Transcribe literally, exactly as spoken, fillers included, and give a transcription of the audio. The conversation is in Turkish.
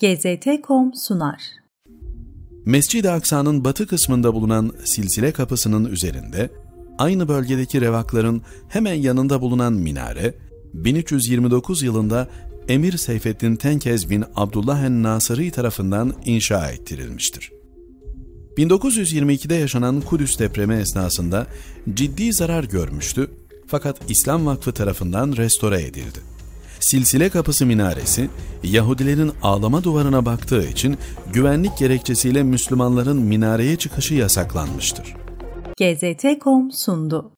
G Z T nokta com sunar. Mescid-i Aksa'nın batı kısmında bulunan Silsile Kapısı'nın üzerinde, aynı bölgedeki revakların hemen yanında bulunan minare, bin üç yüz yirmi dokuz yılında Emir Seyfettin Tenkez bin Abdullah en-Nasırî tarafından inşa ettirilmiştir. bin dokuz yüz yirmi ikide yaşanan Kudüs depremi esnasında ciddi zarar görmüştü fakat İslam Vakfı tarafından restore edildi. Silsile Kapısı minaresi, Yahudilerin ağlama duvarına baktığı için güvenlik gerekçesiyle Müslümanların minareye çıkışı yasaklanmıştır. G Z T nokta com sundu.